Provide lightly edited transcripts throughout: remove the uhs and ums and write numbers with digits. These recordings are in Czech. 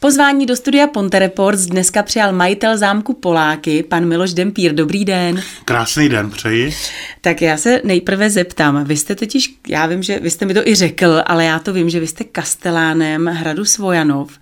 Pozvání do studia Ponte Reports dneska přijal majitel zámku Poláky, pan Miloš Dempír. Dobrý den. Krásný den přeji. Tak já se nejprve zeptám. Vy jste totiž, já vím, že vy jste mi to i řekl, ale já to vím, že vy jste kastelánem hradu Svojanov.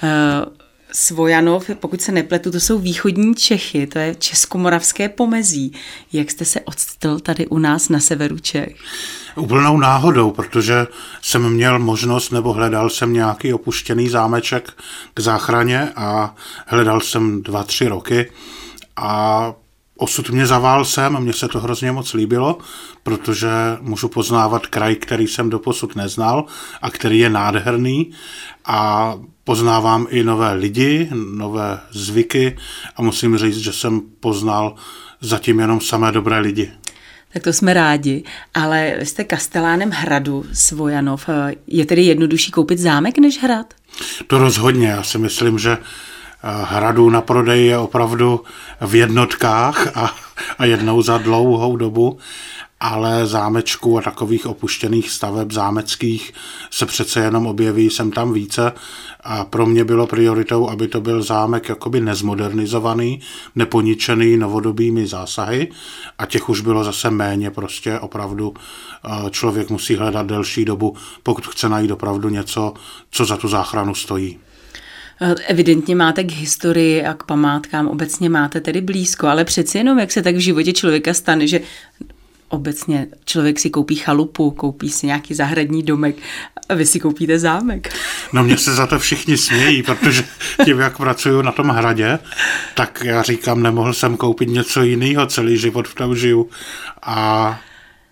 Svojanov, pokud se nepletu, to jsou východní Čechy, to je českomoravské pomezí. Jak jste se odstl tady u nás na severu Čech? Úplnou náhodou, protože jsem měl možnost nebo hledal jsem nějaký opuštěný zámeček k záchraně a hledal jsem 2-3 roky a osud mě zavál sem a mně se to hrozně moc líbilo, protože můžu poznávat kraj, který jsem doposud neznal a který je nádherný a poznávám i nové lidi, nové zvyky a musím říct, že jsem poznal zatím jenom samé dobré lidi. Tak to jsme rádi, ale jste kastelánem hradu Svojanov. Je tedy jednodušší koupit zámek než hrad? To rozhodně. Já si myslím, že hradů na prodej je opravdu v jednotkách a jednou za dlouhou dobu, ale zámečků a takových opuštěných staveb zámeckých se přece jenom objeví sem tam více a pro mě bylo prioritou, aby to byl zámek jakoby nezmodernizovaný, neponičený novodobými zásahy a těch už bylo zase méně, prostě opravdu člověk musí hledat delší dobu, pokud chce najít opravdu něco, co za tu záchranu stojí. Evidentně máte k historii a k památkám obecně máte tedy blízko, ale přeci jenom, jak se tak v životě člověka stane, že obecně člověk si koupí chalupu, koupí si nějaký zahradní domek a vy si koupíte zámek. No mě se za to všichni smějí, protože tím, jak pracuju na tom hradě, tak já říkám, nemohl jsem koupit něco jiného, celý život v tom žiju a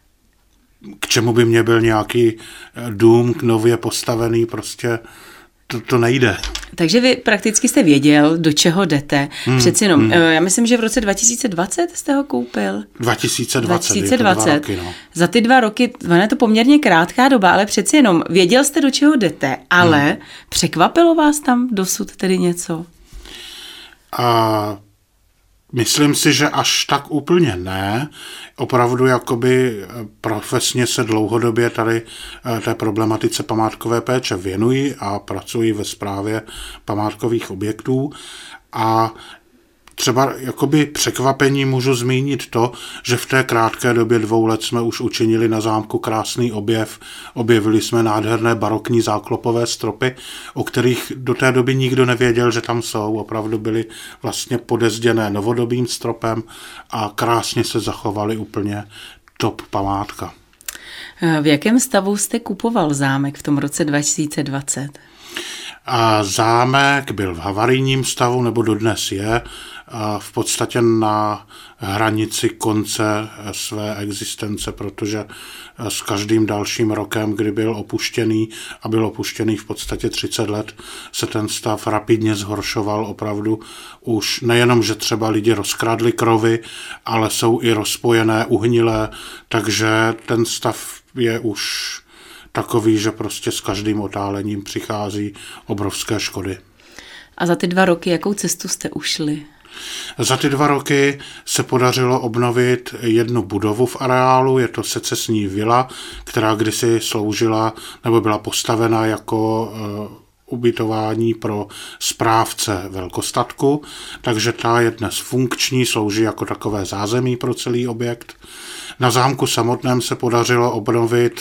k čemu by mě byl nějaký dům nově postavený, prostě to nejde. Takže vy prakticky jste věděl, do čeho jdete. Přeci jenom, já myslím, že v roce 2020 jste ho koupil. 2020. Je to 2 roky, no. Za ty 2 roky, ono je to poměrně krátká doba, ale přeci jenom věděl jste, do čeho jdete, ale překvapilo vás tam dosud tedy něco? Myslím si, že až tak úplně ne. Opravdu jakoby profesně se dlouhodobě tady té problematice památkové péče věnuji a pracuji ve správě památkových objektů a třeba jakoby překvapení můžu zmínit to, že v té krátké době 2 let jsme už učinili na zámku krásný objev. Objevili jsme nádherné barokní záklopové stropy, o kterých do té doby nikdo nevěděl, že tam jsou. Opravdu byly vlastně podezděné novodobým stropem a krásně se zachovaly, úplně top památka. V jakém stavu jste kupoval zámek v tom roce 2020? A zámek byl v havarijním stavu, nebo dodnes je, v podstatě na hranici konce své existence, protože s každým dalším rokem, kdy byl opuštěný a byl opuštěný v podstatě 30 let, se ten stav rapidně zhoršoval opravdu. Už nejenom, že třeba lidi rozkradli krovy, ale jsou i rozpojené, uhnilé, takže ten stav je už takový, že prostě s každým otálením přichází obrovské škody. A za ty 2 roky, jakou cestu jste ušli? Za ty 2 roky se podařilo obnovit jednu budovu v areálu, je to secesní vila, která kdysi sloužila nebo byla postavena jako ubytování pro správce velkostatku, takže ta je dnes funkční, slouží jako takové zázemí pro celý objekt. Na zámku samotném se podařilo obnovit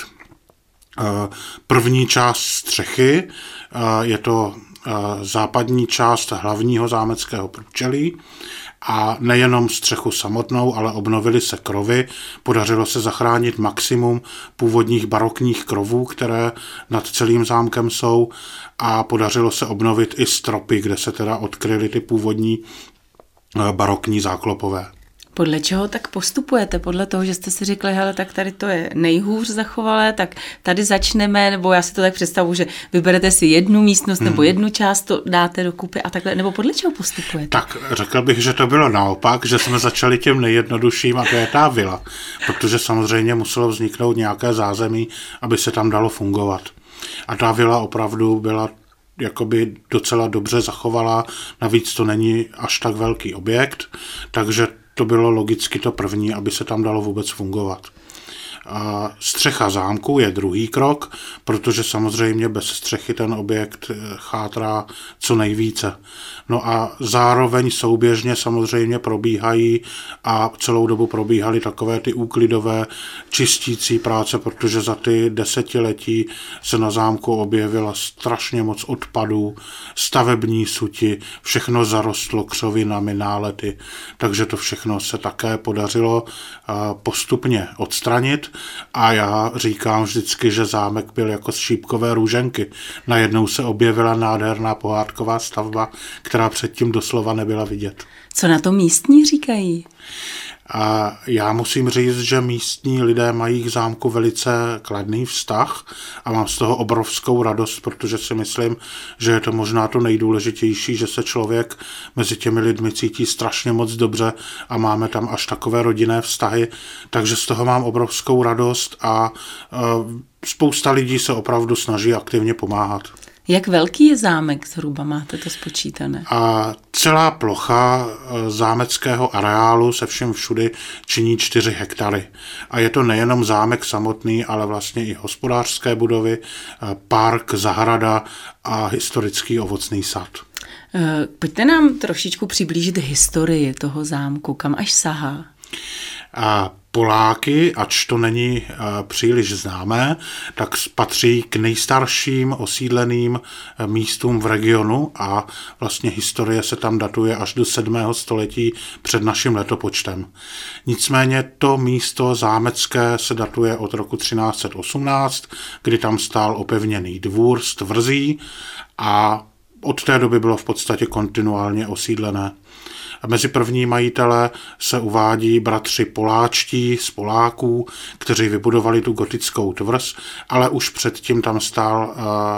první část střechy, je to západní část hlavního zámeckého průčelí a nejenom střechu samotnou, ale obnovily se krovy. Podařilo se zachránit maximum původních barokních krovů, které nad celým zámkem jsou a podařilo se obnovit i stropy, kde se teda odkryly ty původní barokní záklopové. Podle čeho tak postupujete? Podle toho, že jste si řekli, hele, tak tady to je nejhůř zachovalé, tak tady začneme, nebo já si to tak představuji, že vyberete si jednu místnost nebo jednu část, to dáte dokupy a takhle, nebo podle čeho postupujete? Tak řekl bych, že to bylo naopak, že jsme začali tím nejjednodušším a to je ta vila, protože samozřejmě muselo vzniknout nějaké zázemí, aby se tam dalo fungovat. A ta vila opravdu byla jakoby docela dobře zachovalá, navíc to není až tak velký objekt, takže to bylo logicky to první, aby se tam dalo vůbec fungovat. Střecha zámku je druhý krok, protože samozřejmě bez střechy ten objekt chátrá co nejvíce. No a zároveň souběžně samozřejmě probíhají a celou dobu probíhaly takové ty úklidové čistící práce, protože za ty desetiletí se na zámku objevila strašně moc odpadů, stavební suti, všechno zarostlo křovinami, nálety, takže to všechno se také podařilo postupně odstranit a já říkám vždycky, že zámek byl jako z šípkové růženky. Najednou se objevila nádherná pohádková stavba, která předtím doslova nebyla vidět. Co na to místní říkají? A já musím říct, že místní lidé mají k zámku velice kladný vztah a mám z toho obrovskou radost, protože si myslím, že je to možná to nejdůležitější, že se člověk mezi těmi lidmi cítí strašně moc dobře a máme tam až takové rodinné vztahy, takže z toho mám obrovskou radost a spousta lidí se opravdu snaží aktivně pomáhat. Jak velký je zámek zhruba, máte to spočítané? A celá plocha zámeckého areálu se všem všudy činí 4 hektary. A je to nejenom zámek samotný, ale vlastně i hospodářské budovy, park, zahrada a historický ovocný sad. Pojďte nám trošičku přiblížit historii toho zámku, kam až sahá. A Poláky, ač to není příliš známé, tak patří k nejstarším osídleným místům v regionu a vlastně historie se tam datuje až do 7. století před naším letopočtem. Nicméně to místo zámecké se datuje od roku 1318, kdy tam stál opevněný dvůr s tvrzí a od té doby bylo v podstatě kontinuálně osídlené. A mezi první majitele se uvádí bratři Poláčtí z Poláků, kteří vybudovali tu gotickou tvrz, ale už předtím tam stál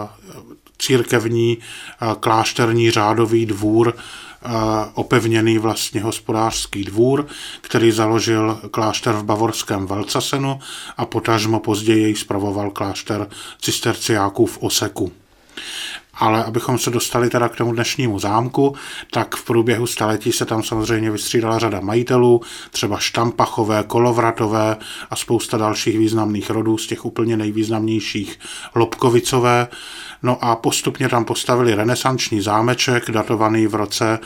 církevní klášterní řádový dvůr, opevněný vlastně hospodářský dvůr, který založil klášter v bavorském Valcasenu a potažmo později jej spravoval klášter cisterciáků v Oseku. Ale abychom se dostali teda k tomu dnešnímu zámku, tak v průběhu staletí se tam samozřejmě vystřídala řada majitelů, třeba Štampachové, Kolovratové a spousta dalších významných rodů, z těch úplně nejvýznamnějších Lobkovicové. No a postupně tam postavili renesanční zámeček, datovaný v roce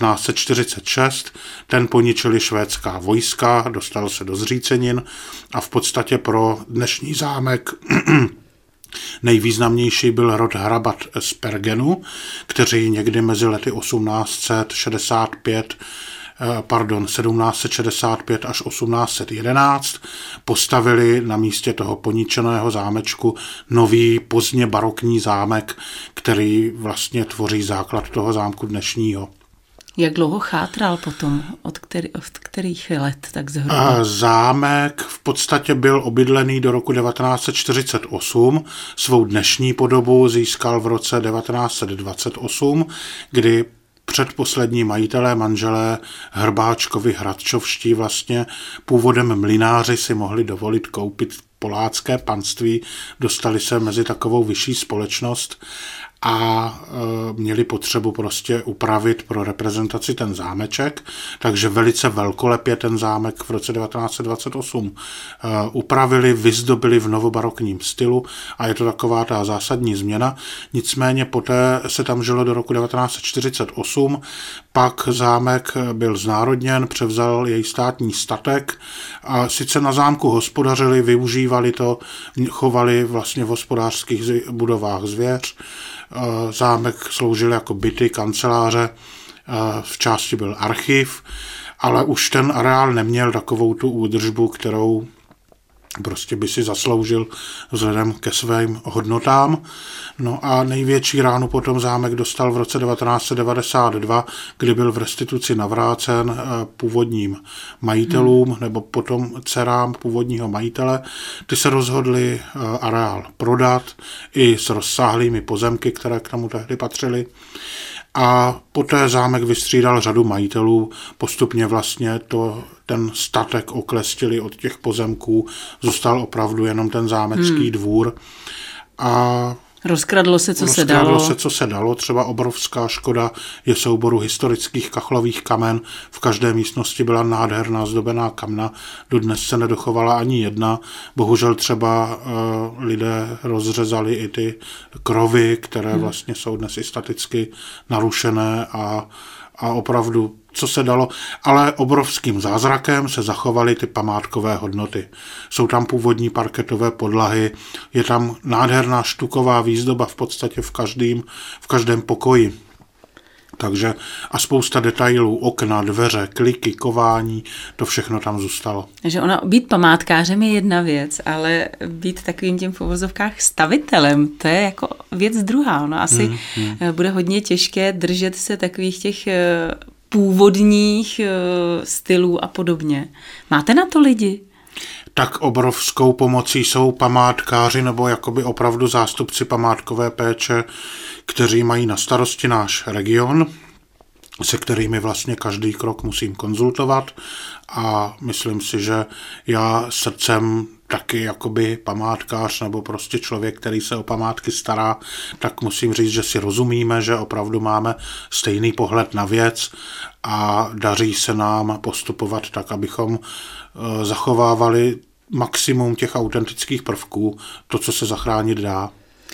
1546. Ten poničili švédská vojska, dostal se do zřícenin a v podstatě pro dnešní zámek nejvýznamnější byl rod Hrabat z Pergenu, kteří někdy mezi lety 1765 až 1811 postavili na místě toho poničeného zámečku nový pozdně barokní zámek, který vlastně tvoří základ toho zámku dnešního. Jak dlouho chátral potom? Od kterých let tak zhruba? Zámek v podstatě byl obydlený do roku 1948. Svou dnešní podobu získal v roce 1928, kdy předposlední majitelé, manželé Hrbáčkovi Hradčovští vlastně původem mlynáři si mohli dovolit koupit polácké panství, dostali se mezi takovou vyšší společnost a měli potřebu prostě upravit pro reprezentaci ten zámeček, takže velice velkolepě ten zámek v roce 1928 upravili, vyzdobili v novobarokním stylu a je to taková ta zásadní změna. Nicméně poté se tam žilo do roku 1948, pak zámek byl znárodněn, převzal jej státní statek a sice na zámku hospodařili, využívali to, chovali vlastně v hospodářských budovách zvěř. Zámek sloužil jako byty, kanceláře, v části byl archiv, ale už ten areál neměl takovou tu údržbu, kterou prostě by si zasloužil vzhledem ke svým hodnotám. No a největší ránu potom zámek dostal v roce 1992, kdy byl v restituci navrácen původním majitelům nebo potom dcerám původního majitele. Ty se rozhodli areál prodat i s rozsáhlými pozemky, které k tomu tehdy patřily. A poté zámek vystřídal řadu majitelů, postupně vlastně ten statek oklestili od těch pozemků, zůstal opravdu jenom ten zámecký dvůr a Rozkradlo se, co se dalo. Třeba obrovská škoda je souboru historických kachlových kamen. V každé místnosti byla nádherná zdobená kamna. Dodnes se nedochovala ani jedna. Bohužel třeba lidé rozřezali i ty krovy, které vlastně jsou dnes i staticky narušené a opravdu, co se dalo, ale obrovským zázrakem se zachovaly ty památkové hodnoty. Jsou tam původní parketové podlahy, je tam nádherná štuková výzdoba v podstatě v každém pokoji. Takže a spousta detailů, okna, dveře, kliky, kování, to všechno tam zůstalo. Takže být památkářem je jedna věc, ale být takovým tím v uvozovkách stavitelem, to je jako věc druhá. No asi bude hodně těžké držet se takových těch původních stylů a podobně. Máte na to lidi? Tak obrovskou pomocí jsou památkáři nebo jakoby opravdu zástupci památkové péče, kteří mají na starosti náš region, se kterými vlastně každý krok musím konzultovat a myslím si, že já srdcem taky jakoby památkář nebo prostě člověk, který se o památky stará, tak musím říct, že si rozumíme, že opravdu máme stejný pohled na věc a daří se nám postupovat tak, abychom zachovávali maximum těch autentických prvků, to, co se zachránit dá.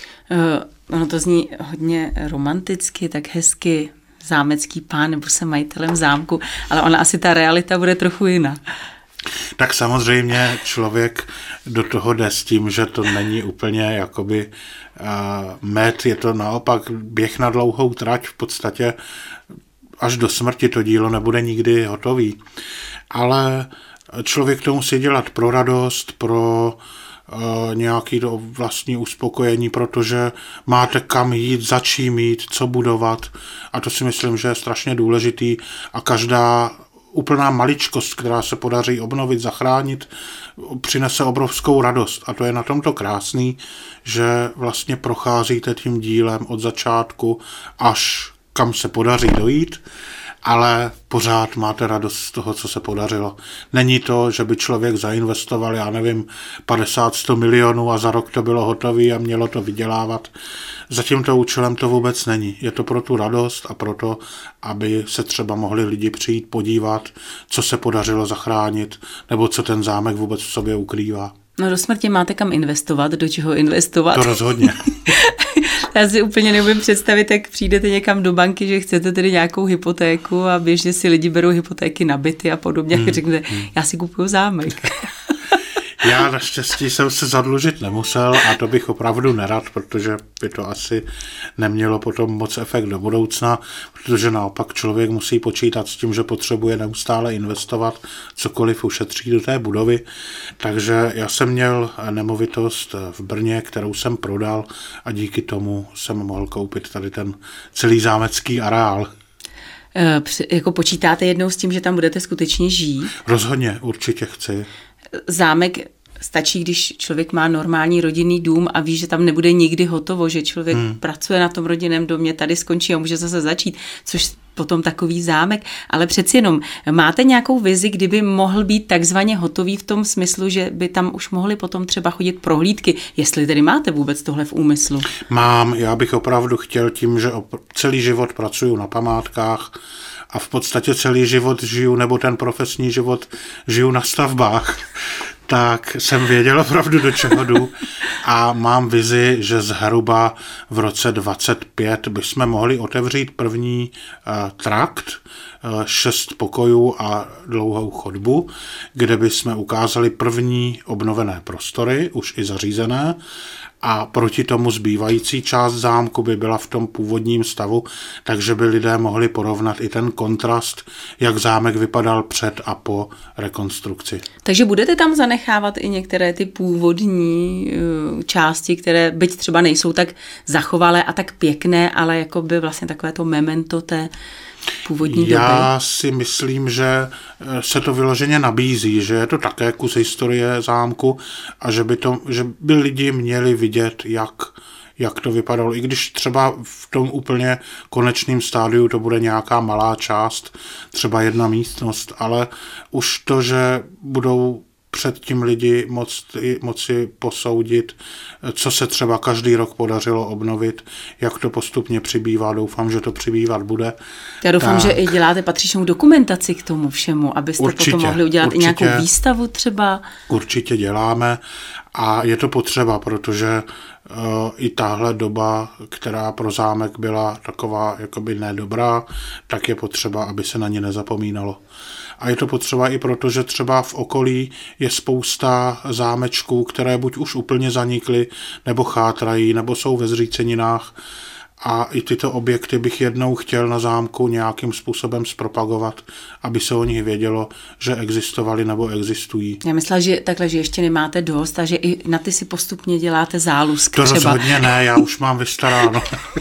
Ono to zní hodně romanticky, tak hezky, zámecký pán nebo se majitelem zámku, ale ona asi ta realita bude trochu jiná. Tak samozřejmě člověk do toho jde s tím, že to není úplně jakoby med, je to naopak běh na dlouhou trať, v podstatě až do smrti to dílo nebude nikdy hotový. Ale člověk to musí dělat pro radost, pro nějaký vlastní uspokojení, protože máte kam jít, za čím jít, co budovat a to si myslím, že je strašně důležitý a každá úplná maličkost, která se podaří obnovit, zachránit, přinese obrovskou radost a to je na tomto krásný, že vlastně procházíte tím dílem od začátku až kam se podaří dojít, ale pořád máte radost z toho, co se podařilo. Není to, že by člověk zainvestoval, já nevím, 50-100 milionů a za rok to bylo hotové a mělo to vydělávat. Za tímto účelem to vůbec není. Je to pro tu radost a pro to, aby se třeba mohli lidi přijít podívat, co se podařilo zachránit, nebo co ten zámek vůbec v sobě ukrývá. No do smrti máte kam investovat, do čeho investovat. To rozhodně. Já si úplně neumím představit, jak přijdete někam do banky, že chcete tedy nějakou hypotéku a běžně si lidi berou hypotéky na byty a podobně. A řeknete, já si kupuju zámek. Já naštěstí jsem se zadlužit nemusel a to bych opravdu nerad, protože by to asi nemělo potom moc efekt do budoucna, protože naopak člověk musí počítat s tím, že potřebuje neustále investovat, cokoliv ušetří do té budovy. Takže já jsem měl nemovitost v Brně, kterou jsem prodal a díky tomu jsem mohl koupit tady ten celý zámecký areál. Jako počítáte jednou s tím, že tam budete skutečně žít? Rozhodně, určitě chci. Zámek stačí, když člověk má normální rodinný dům a ví, že tam nebude nikdy hotovo, že člověk pracuje na tom rodinném domě, tady skončí a může zase začít, což potom takový zámek, ale přeci jenom máte nějakou vizi, kdyby mohl být takzvaně hotový v tom smyslu, že by tam už mohly potom třeba chodit prohlídky, jestli tedy máte vůbec tohle v úmyslu? Mám, já bych opravdu chtěl tím, že celý život pracuju na památkách a v podstatě celý život žiju, nebo ten profesní život žiju na stavbách, tak jsem věděl opravdu, do čeho jdu a mám vizi, že zhruba v roce 2025 bychom mohli otevřít první trakt, 6 pokojů a dlouhou chodbu, kde bychom ukázali první obnovené prostory, už i zařízené, a proti tomu zbývající část zámku by byla v tom původním stavu, takže by lidé mohli porovnat i ten kontrast, jak zámek vypadal před a po rekonstrukci. Takže budete tam zanechávat i některé ty původní části, které byť třeba nejsou tak zachovalé a tak pěkné, ale jako by vlastně takové to memento té původní doby? Já si myslím, že se to vyloženě nabízí, že je to také kus historie zámku a že by lidi měli vidět, jak to vypadalo. I když třeba v tom úplně konečném stádiu to bude nějaká malá část, třeba jedna místnost, ale už to, že budou předtím lidi moci posoudit, co se třeba každý rok podařilo obnovit, jak to postupně přibývá. Doufám, že to přibývat bude. Já doufám, že i děláte patřičnou dokumentaci k tomu všemu, abyste potom mohli udělat i nějakou výstavu třeba. Určitě děláme a je to potřeba, protože i tahle doba, která pro zámek byla taková jakoby nedobrá, tak je potřeba, aby se na ně nezapomínalo. A je to potřeba i proto, že třeba v okolí je spousta zámečků, které buď už úplně zanikly, nebo chátrají, nebo jsou ve zříceninách. A i tyto objekty bych jednou chtěl na zámku nějakým způsobem zpropagovat, aby se o nich vědělo, že existovaly nebo existují. Já myslela, že takhle, že ještě nemáte dost a že i na ty si postupně děláte zálusky to třeba. To rozhodně ne, já už mám vystaráno.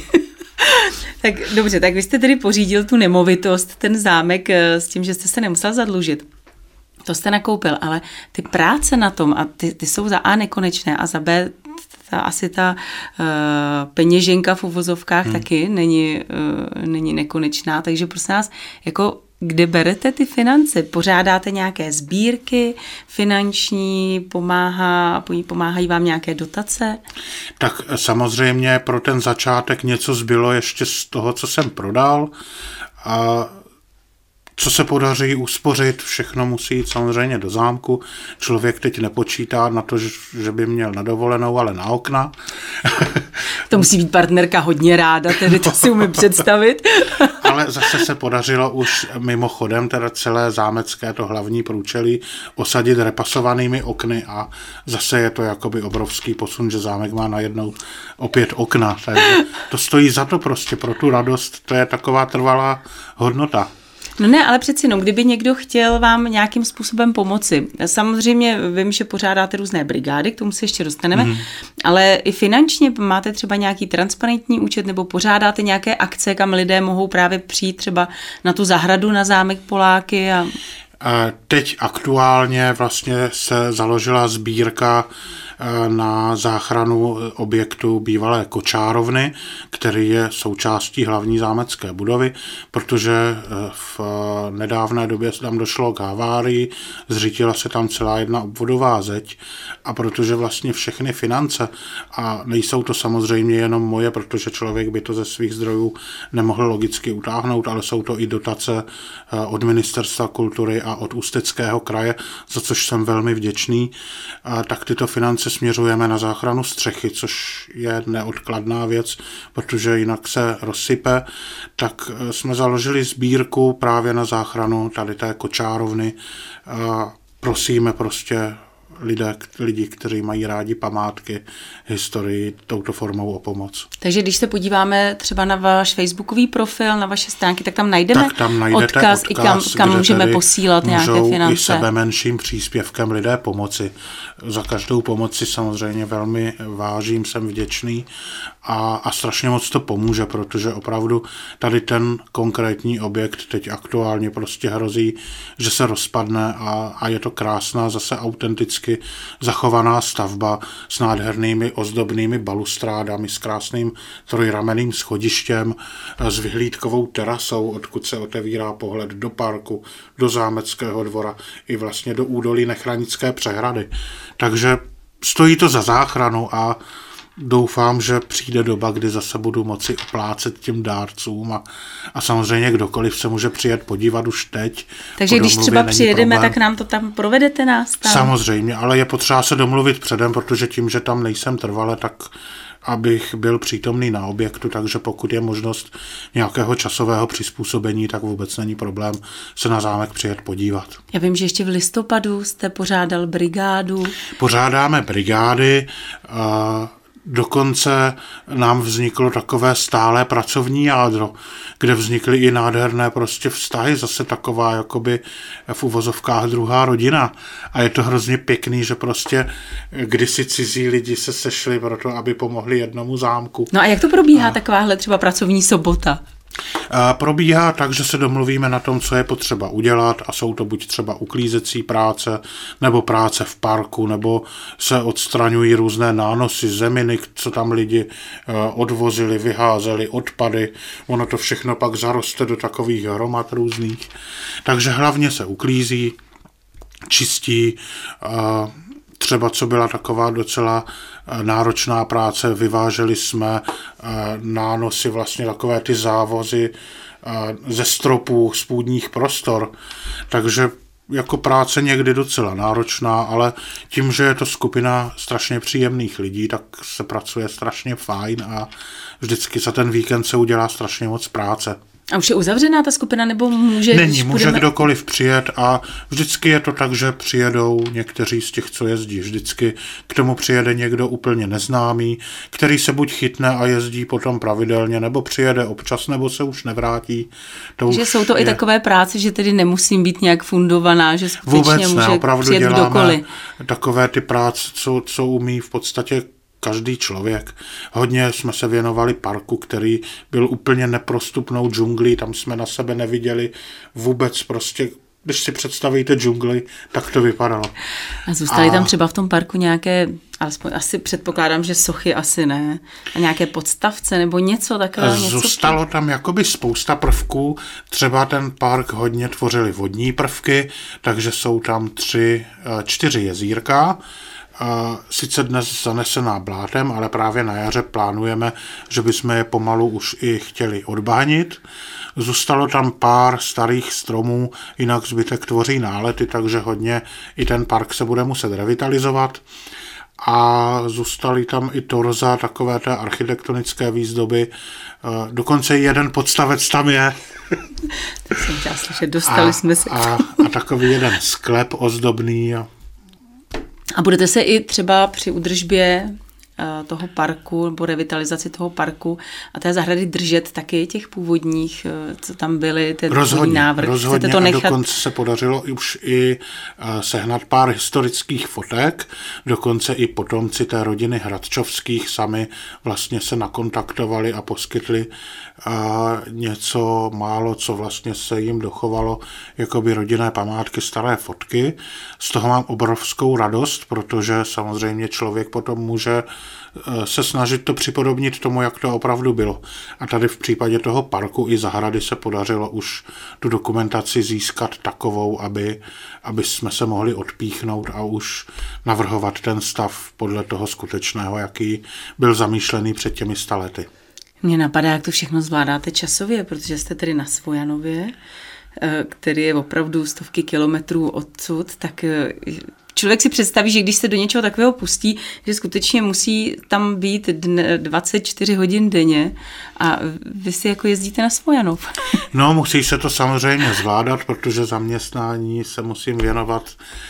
Tak dobře, tak vy jste tedy pořídil tu nemovitost, ten zámek s tím, že jste se nemusel zadlužit. To jste nakoupil, ale ty práce na tom, a ty jsou za A nekonečné a za B asi ta peněženka v uvozovkách taky není nekonečná, takže prosím nás, jako kde berete ty finance? Pořádáte nějaké sbírky finanční, pomáhají vám nějaké dotace? Tak samozřejmě pro ten začátek něco zbylo ještě z toho, co jsem prodal, a co se podaří uspořit, všechno musí jít samozřejmě do zámku. Člověk teď nepočítá na to, že by měl na dovolenou, ale na okna. To musí být partnerka hodně ráda, tedy to si umím představit. Ale zase se podařilo už mimochodem teda celé zámecké to hlavní průčelí osadit repasovanými okny a zase je to jakoby obrovský posun, že zámek má najednou opět okna. Takže to stojí za to prostě pro tu radost, to je taková trvalá hodnota. No ne, ale přeci jenom, kdyby někdo chtěl vám nějakým způsobem pomoci. Samozřejmě vím, že pořádáte různé brigády, k tomu se ještě dostaneme, ale i finančně máte třeba nějaký transparentní účet nebo pořádáte nějaké akce, kam lidé mohou právě přijít třeba na tu zahradu na zámek Poláky a... Teď aktuálně vlastně se založila sbírka na záchranu objektu bývalé kočárovny, který je součástí hlavní zámecké budovy, protože v nedávné době tam došlo k havárii, zřítila se tam celá jedna obvodová zeď a protože vlastně všechny finance, a nejsou to samozřejmě jenom moje, protože člověk by to ze svých zdrojů nemohl logicky utáhnout, ale jsou to i dotace od Ministerstva kultury a od Ústeckého kraje, za což jsem velmi vděčný, tak tyto finance směřujeme na záchranu střechy, což je neodkladná věc, protože jinak se rozsype, tak jsme založili sbírku právě na záchranu tady té kočárovny. Prosíme prostě lidi, kteří mají rádi památky, historii, touto formou o pomoc. Takže když se podíváme třeba na váš facebookový profil, na vaše stránky, tak tam najdeme odkaz i kam můžeme posílat nějaké finance. I sebe menším příspěvkem lidé pomoci. Za každou pomoc si samozřejmě velmi vážím, jsem vděčný a strašně moc to pomůže, protože opravdu tady ten konkrétní objekt teď aktuálně prostě hrozí, že se rozpadne a je to krásná, zase autenticky zachovaná stavba s nádhernými ozdobnými balustrádami, s krásným trojramenným schodištěm, s vyhlídkovou terasou, odkud se otevírá pohled do parku, do zámeckého dvora i vlastně do údolí Nechranické přehrady. Takže stojí to za záchranu a doufám, že přijde doba, kdy zase budu moci oplácet těm dárcům a samozřejmě kdokoliv se může přijet podívat už teď. Takže když třeba přijedeme, tak nám to tam provedete nás tam? Samozřejmě, ale je potřeba se domluvit předem, protože tím, že tam nejsem trvale, tak abych byl přítomný na objektu, takže pokud je možnost nějakého časového přizpůsobení, tak vůbec není problém se na zámek přijet podívat. Já vím, že ještě v listopadu jste pořádal brigádu. Pořádáme brigády, dokonce nám vzniklo takové stálé pracovní jádro, kde vznikly i nádherné prostě vztahy, zase taková jakoby v uvozovkách druhá rodina. A je to hrozně pěkný, že prostě kdysi cizí lidi se sešli proto, aby pomohli jednomu zámku. No a jak to probíhá takováhle třeba pracovní sobota? Probíhá tak, že se domluvíme na tom, co je potřeba udělat a jsou to buď třeba uklízecí práce, nebo práce v parku, nebo se odstraňují různé nánosy, zeminy, co tam lidi odvozili, vyházeli, odpady. Ono to všechno pak zaroste do takových hromad různých. Takže hlavně se uklízí, čistí. Třeba co byla taková docela náročná práce, vyváželi jsme nánosy, vlastně takové ty závozy ze stropů spůdních prostor, takže jako práce někdy docela náročná, ale tím, že je to skupina strašně příjemných lidí, tak se pracuje strašně fajn a vždycky za ten víkend se udělá strašně moc práce. A už je uzavřená ta skupina, nebo může... Není, může kdokoliv přijet a vždycky je to tak, že přijedou někteří z těch, co jezdí. Vždycky k tomu přijede někdo úplně neznámý, který se buď chytne a jezdí potom pravidelně, nebo přijede občas, nebo se už nevrátí. Takže jsou to i takové práce, že tedy nemusím být nějak fundovaná, že skutečně vůbec může ne, opravdu přijet kdokoliv. Takové ty práce, co umí v podstatě každý člověk. Hodně jsme se věnovali parku, který byl úplně neprostupnou džunglí, tam jsme na sebe neviděli vůbec prostě, když si představíte džungli, tak to vypadalo. A zůstaly tam třeba v tom parku nějaké, alespoň asi předpokládám, že sochy asi ne, a nějaké podstavce nebo něco takového? Zůstalo tam jakoby spousta prvků, třeba ten park hodně tvořily vodní prvky, takže jsou tam 4 jezírka, sice dnes zanesená blátem, ale právě na jaře plánujeme, že bychom je pomalu už i chtěli odbánit. Zůstalo tam pár starých stromů, jinak zbytek tvoří nálety, takže hodně i ten park se bude muset revitalizovat. A zůstaly tam i torza, takové té architektonické výzdoby. Dokonce jeden podstavec tam je. Tak jsem chtěla slyšet, dostali jsme se. A takový jeden sklep ozdobný. A budete se i třeba při údržbě toho parku nebo revitalizaci toho parku a té zahrady držet taky těch původních, co tam byly, ten původní návrh? Rozhodně to nechat... a dokonce se podařilo už i sehnat pár historických fotek, dokonce i potomci té rodiny Hradčovských sami vlastně se nakontaktovali a poskytli něco málo, co vlastně se jim dochovalo, jakoby rodinné památky, staré fotky. Z toho mám obrovskou radost, protože samozřejmě člověk potom může se snažit to připodobnit tomu, jak to opravdu bylo. A tady v případě toho parku i zahrady se podařilo už tu dokumentaci získat takovou, aby jsme se mohli odpíchnout a už navrhovat ten stav podle toho skutečného, jaký byl zamýšlený před těmi 100 lety. Mně napadá, jak to všechno zvládáte časově, protože jste tedy na Svojanově, který je opravdu stovky kilometrů odsud, tak člověk si představí, že když se do něčeho takového pustí, že skutečně musí tam být 24 hodin denně a vy si jako jezdíte na Svojanov. No, musí se to samozřejmě zvládat, protože zaměstnání se musím věnovat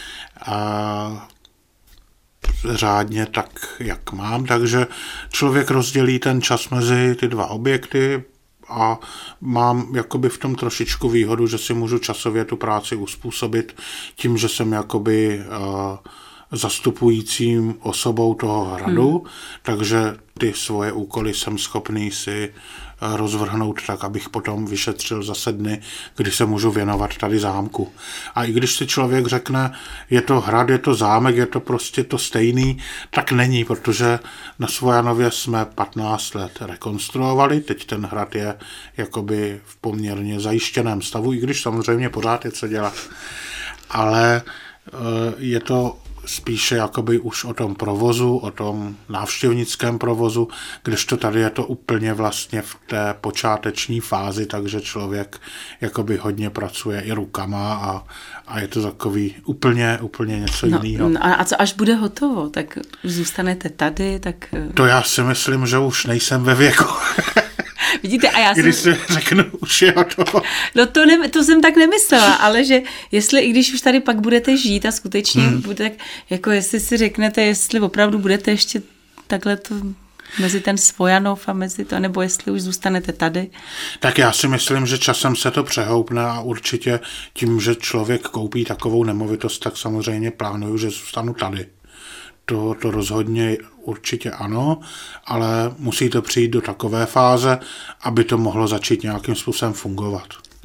řádně tak, jak mám, takže člověk rozdělí ten čas mezi ty 2 objekty a mám jakoby v tom trošičku výhodu, že si můžu časově tu práci uspůsobit tím, že jsem jakoby zastupujícím osobou toho hradu, takže ty svoje úkoly jsem schopný si rozvrhnout tak, abych potom vyšetřil zase dny, kdy se můžu věnovat tady zámku. A i když si člověk řekne, je to hrad, je to zámek, je to prostě to stejný, tak není, protože na Svojanově jsme 15 let rekonstruovali, teď ten hrad je jakoby v poměrně zajištěném stavu, i když samozřejmě pořád je co dělat. Ale je to spíše jakoby už o tom provozu, o tom návštěvnickém provozu, kdežto tady je to úplně vlastně v té počáteční fázi, takže člověk jakoby hodně pracuje i rukama a je to takový úplně něco jiného. A co až bude hotovo, tak zůstanete tady, tak... To já si myslím, že už nejsem ve věku. Vidíte, a já když si řeknu, už je hotovo. No to jsem tak nemyslela, ale že i když už tady pak budete žít a skutečně bude, jako jestli si řeknete, jestli opravdu budete ještě takhle to mezi ten Svojanov a mezi to, nebo jestli už zůstanete tady. Tak já si myslím, že časem se to přehoupne a určitě tím, že člověk koupí takovou nemovitost, tak samozřejmě plánuju, že zůstanu tady. To rozhodně určitě ano, ale musí to přijít do takové fáze, aby to mohlo začít nějakým způsobem fungovat.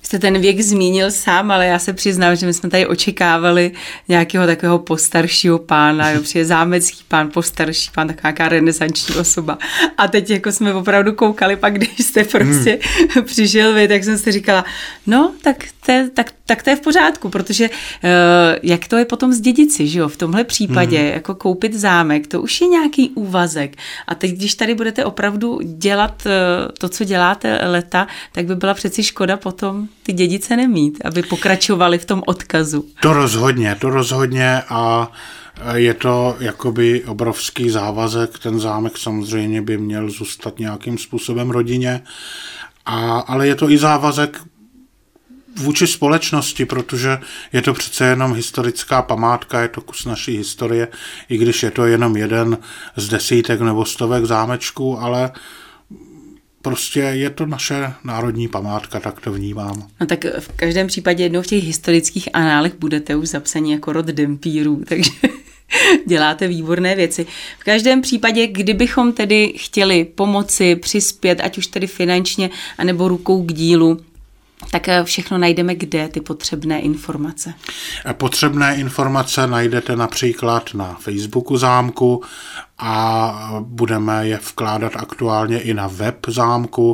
Jste ten věk zmínil sám, ale já se přiznám, že my jsme tady očekávali nějakého takového postaršího pána, jo, přijde zámecký pán, postarší pán, taková renesanční osoba. A teď jako jsme opravdu koukali, pak když jste prostě přišel vy, tak jsem si říkala, no, tak to je v pořádku, protože jak to je potom s dědici, že jo, v tomhle případě, jako koupit zámek, to už je nějaký úvazek. A teď, když tady budete opravdu dělat to, co děláte leta, tak by byla přeci škoda potom ty dědice nemít, aby pokračovali v tom odkazu. To rozhodně a je to jakoby obrovský závazek, ten zámek samozřejmě by měl zůstat nějakým způsobem rodině, ale je to i závazek vůči společnosti, protože je to přece jenom historická památka, je to kus naší historie, i když je to jenom jeden z desítek nebo stovek zámečků, ale prostě je to naše národní památka, tak to vnímám. No tak v každém případě jednou v těch historických análech budete už zapsaní jako rod Dempírů, takže děláte výborné věci. V každém případě, kdybychom tedy chtěli pomoci, přispět, ať už tedy finančně, anebo rukou k dílu, tak všechno najdeme kde, ty potřebné informace? Potřebné informace najdete například na Facebooku zámku a budeme je vkládat aktuálně i na web zámku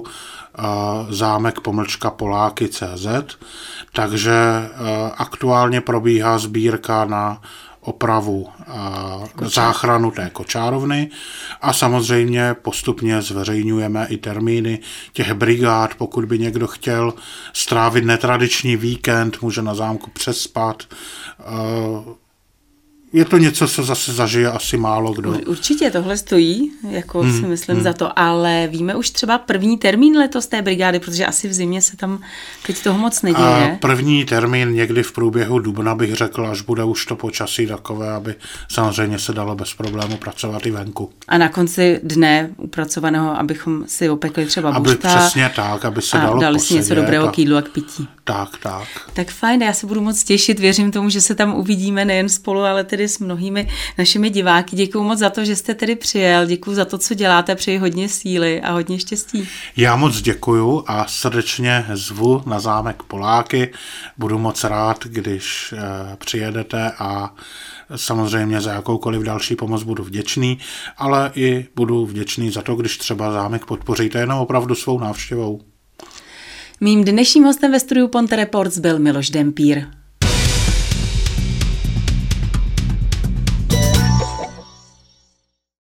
zámek-poláky.cz, takže aktuálně probíhá sbírka na opravu záchranu té kočárovny a samozřejmě postupně zveřejňujeme i termíny těch brigád, pokud by někdo chtěl strávit netradiční víkend, může na zámku přespat. Je to něco, co zase zažije asi málo kdo. Určitě tohle stojí, jako si myslím za to, ale víme už třeba první termín letos té brigády, protože asi v zimě se tam teď toho moc neděje. První termín někdy v průběhu dubna bych řekl, až bude už to počasí takové, aby samozřejmě se dalo bez problému pracovat i venku. A na konci dne upracovaného, abychom si opekli třeba buřta. Přesně tak, aby se dalo dali si něco dobrého k jídlu a k pití. Tak. Tak fajn, já se budu moc těšit, věřím tomu, že se tam uvidíme nejen spolu, ale tedy s mnohými našimi diváky. Děkuju moc za to, že jste tedy přijel, děkuju za to, co děláte, přeji hodně síly a hodně štěstí. Já moc děkuju a srdečně zvu na zámek Poláky. Budu moc rád, když přijedete a samozřejmě za jakoukoliv další pomoc budu vděčný, ale i budu vděčný za to, když třeba zámek podpoříte jenom opravdu svou návštěvou. Mým dnešním hostem ve studiu Ponte Reports byl Miloš Dempír.